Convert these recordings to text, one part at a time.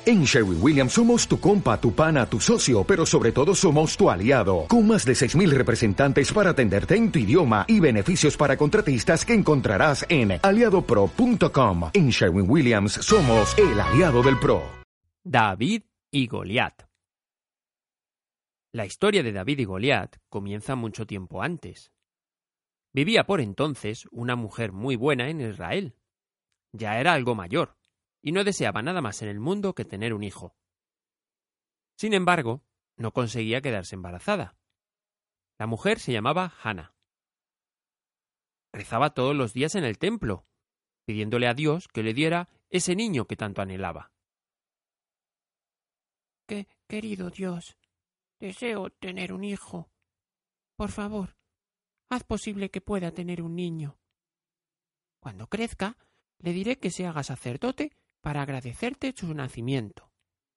En Sherwin-Williams somos tu compa, tu pana, tu socio, pero sobre todo somos tu aliado, con más de 6,000 representantes para atenderte en tu idioma y beneficios para contratistas que encontrarás en aliadopro.com. En Sherwin-Williams somos el aliado del pro. David y Goliat. La historia de David y Goliat comienza mucho tiempo antes. Vivía por entonces una mujer muy buena en Israel. Ya era algo mayor, y no deseaba nada más en el mundo que tener un hijo. Sin embargo, no conseguía quedarse embarazada. La mujer se llamaba Hannah. Rezaba todos los días en el templo, pidiéndole a Dios que le diera ese niño que tanto anhelaba. Querido Dios, deseo tener un hijo. Por favor, haz posible que pueda tener un niño. Cuando crezca, le diré que se haga sacerdote para agradecerte su nacimiento.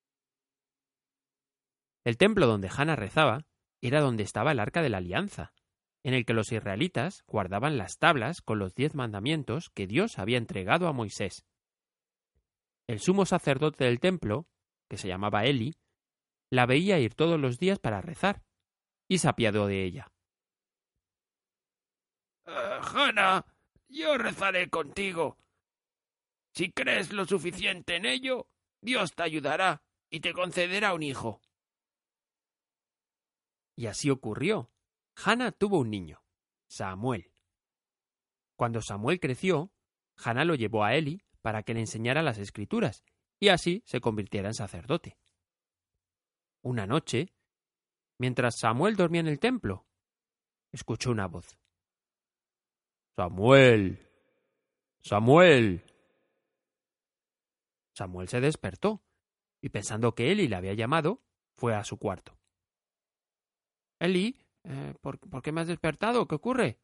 El templo donde Hannah rezaba era donde estaba el Arca de la Alianza, en el que los israelitas guardaban las tablas con los 10 mandamientos que Dios había entregado a Moisés. El sumo sacerdote del templo, que se llamaba Eli, la veía ir todos los días para rezar, y se apiadó de ella. Hannah, yo rezaré contigo. Si crees lo suficiente en ello, Dios te ayudará y te concederá un hijo. Y así ocurrió. Hannah tuvo un niño, Samuel. Cuando Samuel creció, Hannah lo llevó a Eli para que le enseñara las Escrituras, y así se convirtiera en sacerdote. Una noche, mientras Samuel dormía en el templo, escuchó una voz. «¡Samuel! ¡Samuel!». Samuel se despertó y, pensando que Eli le había llamado, fue a su cuarto. Eli, ¿por qué me has despertado? ¿Qué ocurre?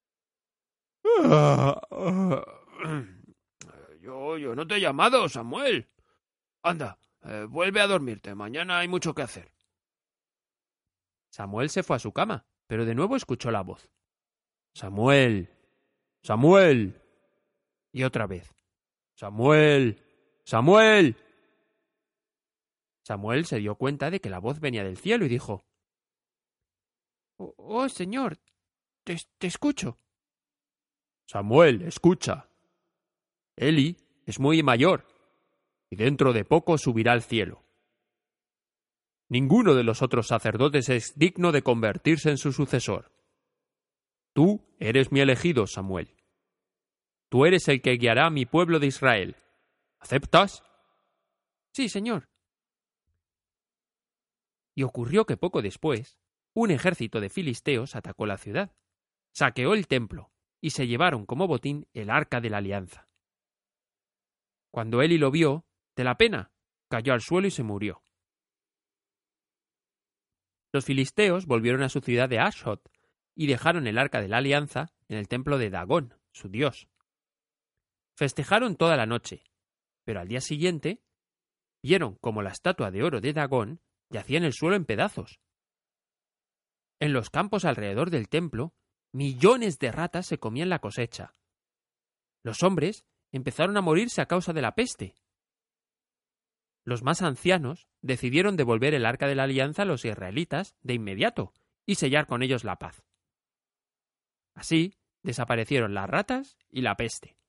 Yo no te he llamado, Samuel. Anda, vuelve a dormirte. Mañana hay mucho que hacer. Samuel se fue a su cama, pero de nuevo escuchó la voz. «¡Samuel! ¡Samuel!». Y otra vez. «¡Samuel! ¡Samuel!». Samuel se dio cuenta de que la voz venía del cielo y dijo: Oh, Señor, te escucho. «Samuel, escucha. Eli es muy mayor y dentro de poco subirá al cielo. Ninguno de los otros sacerdotes es digno de convertirse en su sucesor. Tú eres mi elegido, Samuel. Tú eres el que guiará a mi pueblo de Israel. ¿Aceptas?». Sí, Señor. Y ocurrió que poco después, un ejército de filisteos atacó la ciudad, saqueó el templo y se llevaron como botín el Arca de la Alianza. Cuando Eli lo vio, de la pena, cayó al suelo y se murió. Los filisteos volvieron a su ciudad de Ashdod y dejaron el Arca de la Alianza en el templo de Dagón, su dios. Festejaron toda la noche, pero al día siguiente vieron como la estatua de oro de Dagón yacía en el suelo en pedazos. En los campos alrededor del templo, millones de ratas se comían la cosecha. Los hombres empezaron a morirse a causa de la peste. Los más ancianos decidieron devolver el Arca de la Alianza a los israelitas de inmediato y sellar con ellos la paz. Así desaparecieron las ratas y la peste.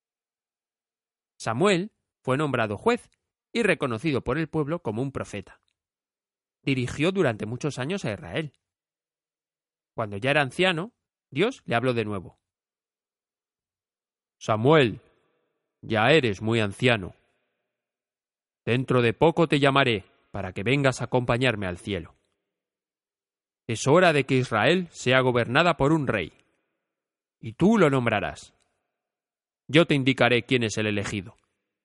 Samuel fue nombrado juez y reconocido por el pueblo como un profeta. Dirigió durante muchos años a Israel. Cuando ya era anciano, Dios le habló de nuevo. «Samuel, ya eres muy anciano. Dentro de poco te llamaré para que vengas a acompañarme al cielo. Es hora de que Israel sea gobernada por un rey, y tú lo nombrarás. Yo te indicaré quién es el elegido».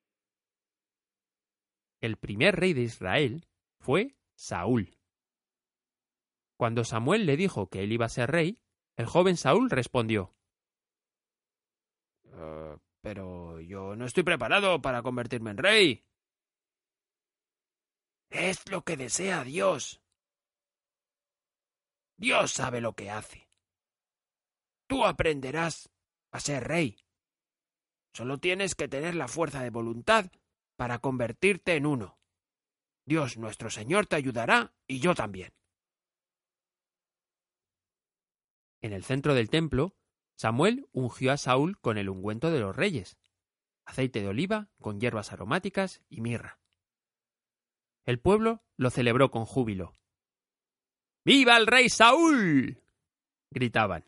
El primer rey de Israel fue Saúl. Cuando Samuel le dijo que él iba a ser rey, el joven Saúl respondió: Pero yo no estoy preparado para convertirme en rey. Es lo que desea Dios. Dios sabe lo que hace. Tú aprenderás a ser rey. Solo tienes que tener la fuerza de voluntad para convertirte en uno. Dios nuestro Señor te ayudará y yo también. En el centro del templo, Samuel ungió a Saúl con el ungüento de los reyes, aceite de oliva con hierbas aromáticas y mirra. El pueblo lo celebró con júbilo. ¡Viva el rey Saúl!, gritaban.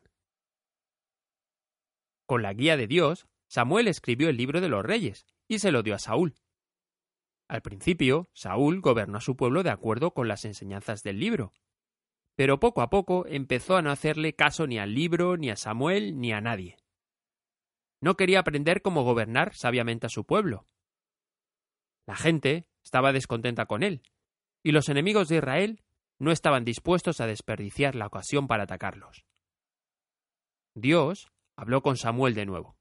Con la guía de Dios, Samuel escribió el libro de los reyes y se lo dio a Saúl. Al principio, Saúl gobernó a su pueblo de acuerdo con las enseñanzas del libro, pero poco a poco empezó a no hacerle caso ni al libro, ni a Samuel, ni a nadie. No quería aprender cómo gobernar sabiamente a su pueblo. La gente estaba descontenta con él, y los enemigos de Israel no estaban dispuestos a desperdiciar la ocasión para atacarlos. Dios habló con Samuel de nuevo.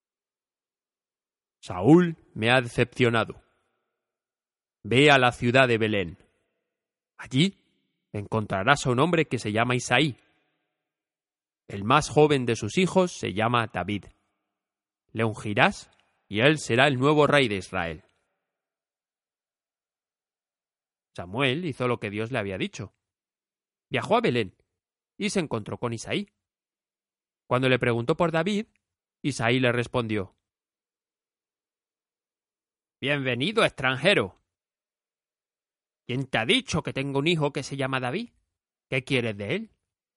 Saúl me ha decepcionado. Ve a la ciudad de Belén. Allí encontrarás a un hombre que se llama Isaí. El más joven de sus hijos se llama David. Le ungirás y él será el nuevo rey de Israel. Samuel hizo lo que Dios le había dicho. Viajó a Belén y se encontró con Isaí. Cuando le preguntó por David, Isaí le respondió: Bienvenido, extranjero. ¿Quién te ha dicho que tengo un hijo que se llama David? ¿Qué quieres de él?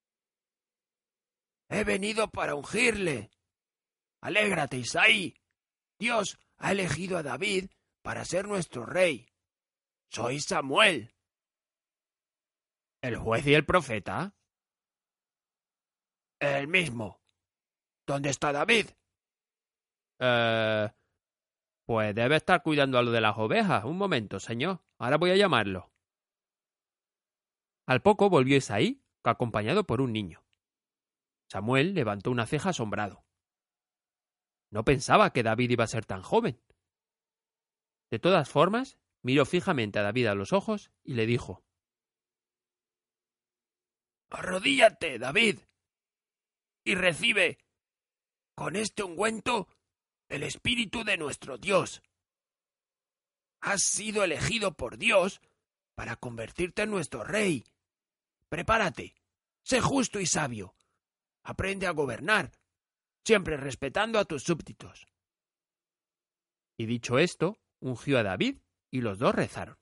He venido para ungirle. Alégrate, Isaí. Dios ha elegido a David para ser nuestro rey. Soy Samuel. ¿El juez y el profeta? El mismo. ¿Dónde está David? Pues debe estar cuidando a lo de las ovejas. Un momento, señor. Ahora voy a llamarlo. Al poco volvió Isaí, acompañado por un niño. Samuel levantó una ceja asombrado. No pensaba que David iba a ser tan joven. De todas formas, miró fijamente a David a los ojos y le dijo: Arrodíllate, David, y recibe con este ungüento el espíritu de nuestro Dios. Has sido elegido por Dios para convertirte en nuestro rey. Prepárate, sé justo y sabio. Aprende a gobernar, siempre respetando a tus súbditos. Y dicho esto, ungió a David y los dos rezaron.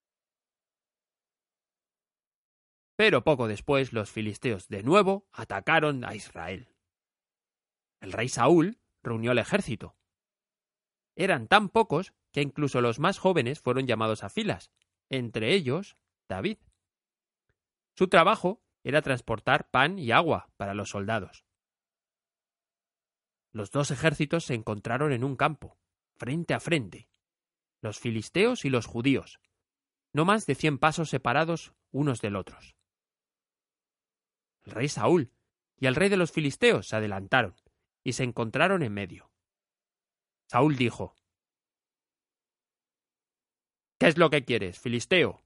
Pero poco después los filisteos de nuevo atacaron a Israel. El rey Saúl reunió el ejército. Eran tan pocos que incluso los más jóvenes fueron llamados a filas, entre ellos David. Su trabajo era transportar pan y agua para los soldados. Los dos ejércitos se encontraron en un campo, frente a frente, los filisteos y los judíos, no más de 100 pasos separados unos del otro. El rey Saúl y el rey de los filisteos se adelantaron y se encontraron en medio. Saúl dijo: ¿Qué es lo que quieres, filisteo?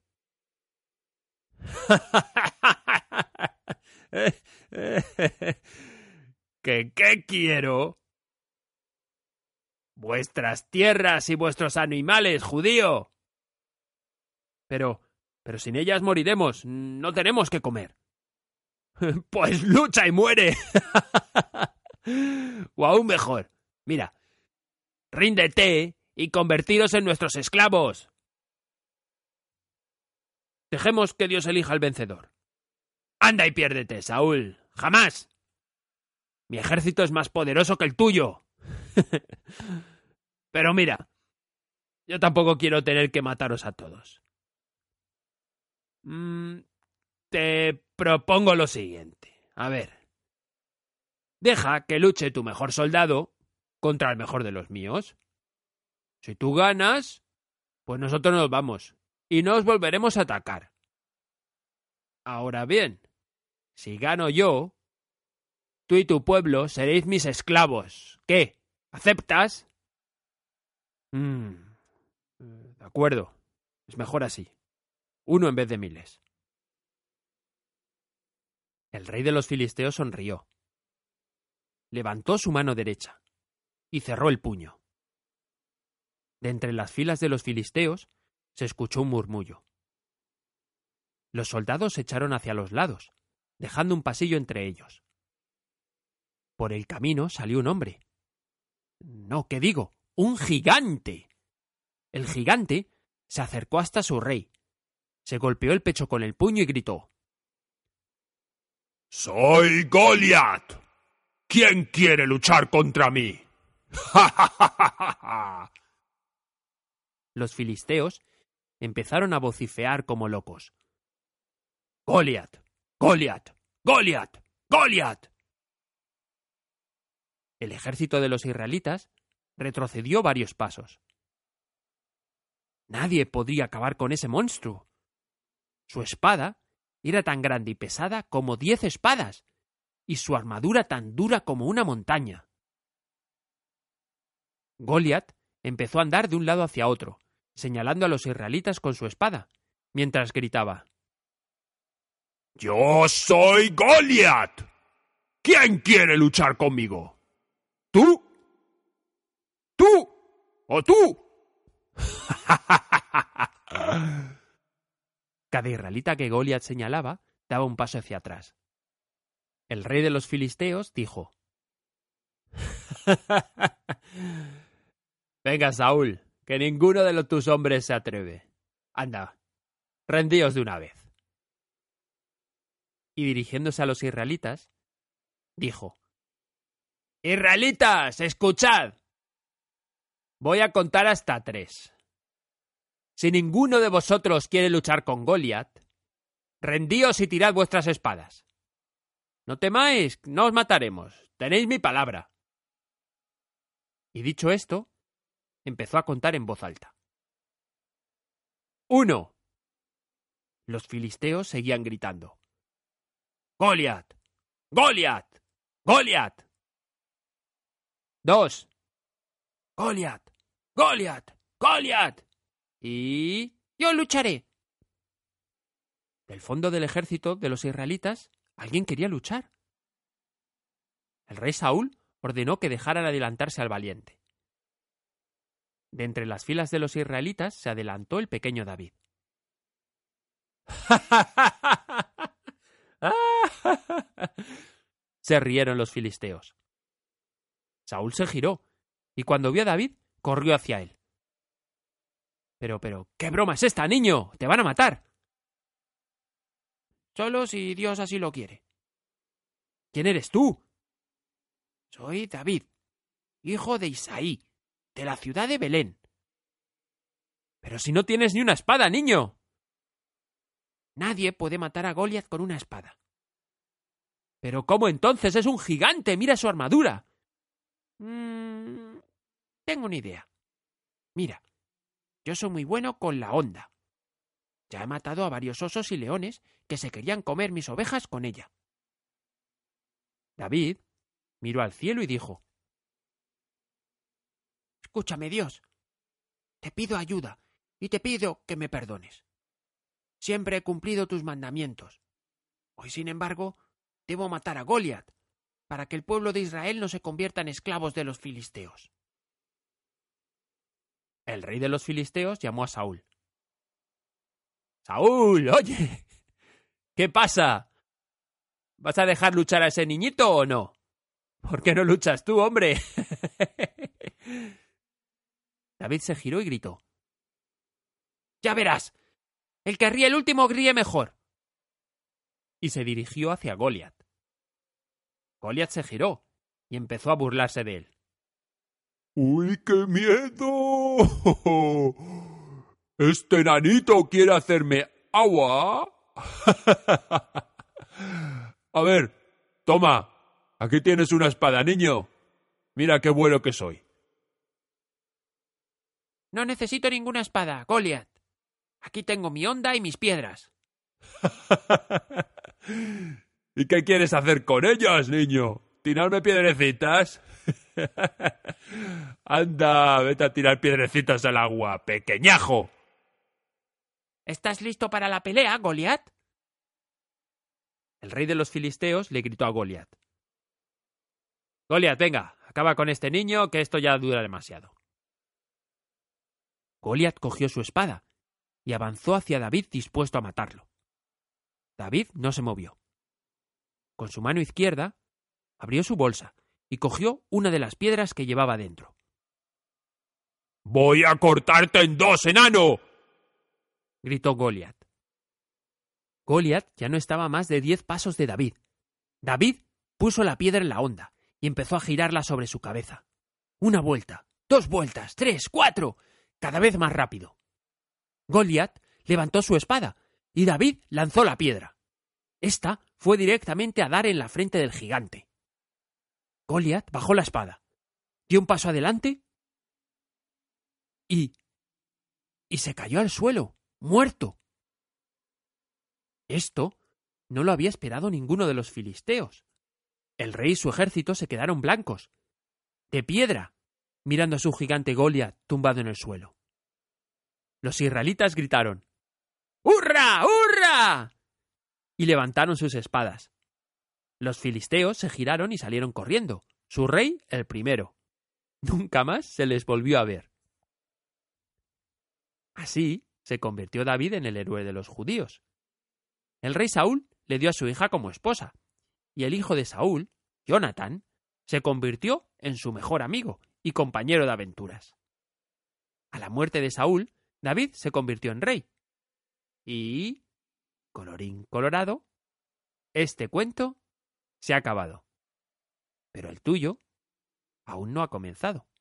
¿Qué quiero? Vuestras tierras y vuestros animales, judío. Pero sin ellas moriremos, no tenemos que comer. Pues lucha y muere. O aún mejor, mira, ríndete y convertiros en nuestros esclavos. Dejemos que Dios elija al vencedor. Anda y piérdete, Saúl. ¡Jamás! Mi ejército es más poderoso que el tuyo. Pero mira, yo tampoco quiero tener que mataros a todos. Te propongo lo siguiente. A ver. Deja que luche tu mejor soldado contra el mejor de los míos. Si tú ganas, pues nosotros nos vamos y no os volveremos a atacar. Ahora bien, si gano yo, tú y tu pueblo seréis mis esclavos. ¿Qué? ¿Aceptas? De acuerdo. Es mejor así. 1 en vez de miles. El rey de los filisteos sonrió. Levantó su mano derecha y cerró el puño. De entre las filas de los filisteos se escuchó un murmullo. Los soldados se echaron hacia los lados, dejando un pasillo entre ellos. Por el camino salió un hombre. No, ¿qué digo? ¡Un gigante! El gigante se acercó hasta su rey, se golpeó el pecho con el puño y gritó: ¡Soy Goliat! ¿Quién quiere luchar contra mí? ¡Ja, ja, ja, ja, ja! Los filisteos empezaron a vociferar como locos. ¡Goliat! ¡Goliat! ¡Goliat! ¡Goliat! El ejército de los israelitas retrocedió varios pasos. Nadie podría acabar con ese monstruo. Su espada era tan grande y pesada como 10 espadas, y su armadura tan dura como una montaña. Goliat empezó a andar de un lado hacia otro, señalando a los israelitas con su espada, mientras gritaba: ¡Yo soy Goliat! ¿Quién quiere luchar conmigo? ¿Tú? ¿Tú? ¿O tú? Cada israelita que Goliat señalaba daba un paso hacia atrás. El rey de los filisteos dijo: Venga, Saúl, que ninguno de tus hombres se atreve. Anda, rendíos de una vez. Y dirigiéndose a los israelitas, dijo: Israelitas, escuchad. Voy a contar hasta 3. Si ninguno de vosotros quiere luchar con Goliat, rendíos y tirad vuestras espadas. No temáis, no os mataremos, tenéis mi palabra. Y dicho esto, empezó a contar en voz alta. 1. Los filisteos seguían gritando: ¡Goliat! ¡Goliat! ¡Goliat! 2. ¡Goliat! ¡Goliat! ¡Goliat! Y... ¡Yo lucharé! Del fondo del ejército de los israelitas, alguien quería luchar. El rey Saúl ordenó que dejaran adelantarse al valiente. De entre las filas de los israelitas se adelantó el pequeño David. Se rieron los filisteos. Saúl se giró y cuando vio a David, corrió hacia él. Pero, ¿qué broma es esta, niño? ¡Te van a matar! Solo si Dios así lo quiere. ¿Quién eres tú? Soy David, hijo de Isaí, de la ciudad de Belén. Pero si no tienes ni una espada, niño. Nadie puede matar a Goliat con una espada. Pero ¿cómo entonces? Es un gigante, mira su armadura. Tengo una idea. Mira, yo soy muy bueno con la honda. Ya he matado a varios osos y leones que se querían comer mis ovejas con ella. David miró al cielo y dijo: Escúchame, Dios. Te pido ayuda y te pido que me perdones. Siempre he cumplido tus mandamientos. Hoy, sin embargo, debo matar a Goliat para que el pueblo de Israel no se convierta en esclavos de los filisteos. El rey de los filisteos llamó a Saúl. ¡Saúl, oye! ¿Qué pasa? ¿Vas a dejar luchar a ese niñito o no? ¿Por qué no luchas tú, hombre? David se giró y gritó: ¡Ya verás! El que ríe el último ríe mejor. Y se dirigió hacia Goliat. Goliat se giró y empezó a burlarse de él. ¡Uy, qué miedo! ¿Este enanito quiere hacerme agua? A ver, toma. Aquí tienes una espada, niño. Mira qué bueno que soy. No necesito ninguna espada, Goliat. Aquí tengo mi honda y mis piedras. ¿Y qué quieres hacer con ellas, niño? ¿Tirarme piedrecitas? Anda, vete a tirar piedrecitas al agua, pequeñajo. ¿Estás listo para la pelea, Goliat? El rey de los filisteos le gritó a Goliat: Goliat, venga, acaba con este niño, que esto ya dura demasiado. Goliat cogió su espada y avanzó hacia David dispuesto a matarlo. David no se movió. Con su mano izquierda abrió su bolsa y cogió una de las piedras que llevaba dentro. ¡Voy a cortarte en dos, enano!, gritó Goliat. Goliat ya no estaba a más de 10 pasos de David. David puso la piedra en la honda y empezó a girarla sobre su cabeza. 1 vuelta, 2 vueltas, 3, 4, cada vez más rápido. Goliat levantó su espada y David lanzó la piedra. Esta fue directamente a dar en la frente del gigante. Goliat bajó la espada, dio un paso adelante y se cayó al suelo, muerto. Esto no lo había esperado ninguno de los filisteos. El rey y su ejército se quedaron blancos, de piedra, mirando a su gigante Goliat tumbado en el suelo. Los israelitas gritaron: ¡Hurra! ¡Hurra! Y levantaron sus espadas. Los filisteos se giraron y salieron corriendo, su rey el primero. Nunca más se les volvió a ver. Así se convirtió David en el héroe de los judíos. El rey Saúl le dio a su hija como esposa, y el hijo de Saúl, Jonatán, se convirtió en su mejor amigo y compañero de aventuras. A la muerte de Saúl, David se convirtió en rey. Y, colorín colorado, este cuento se ha acabado. Pero el tuyo aún no ha comenzado.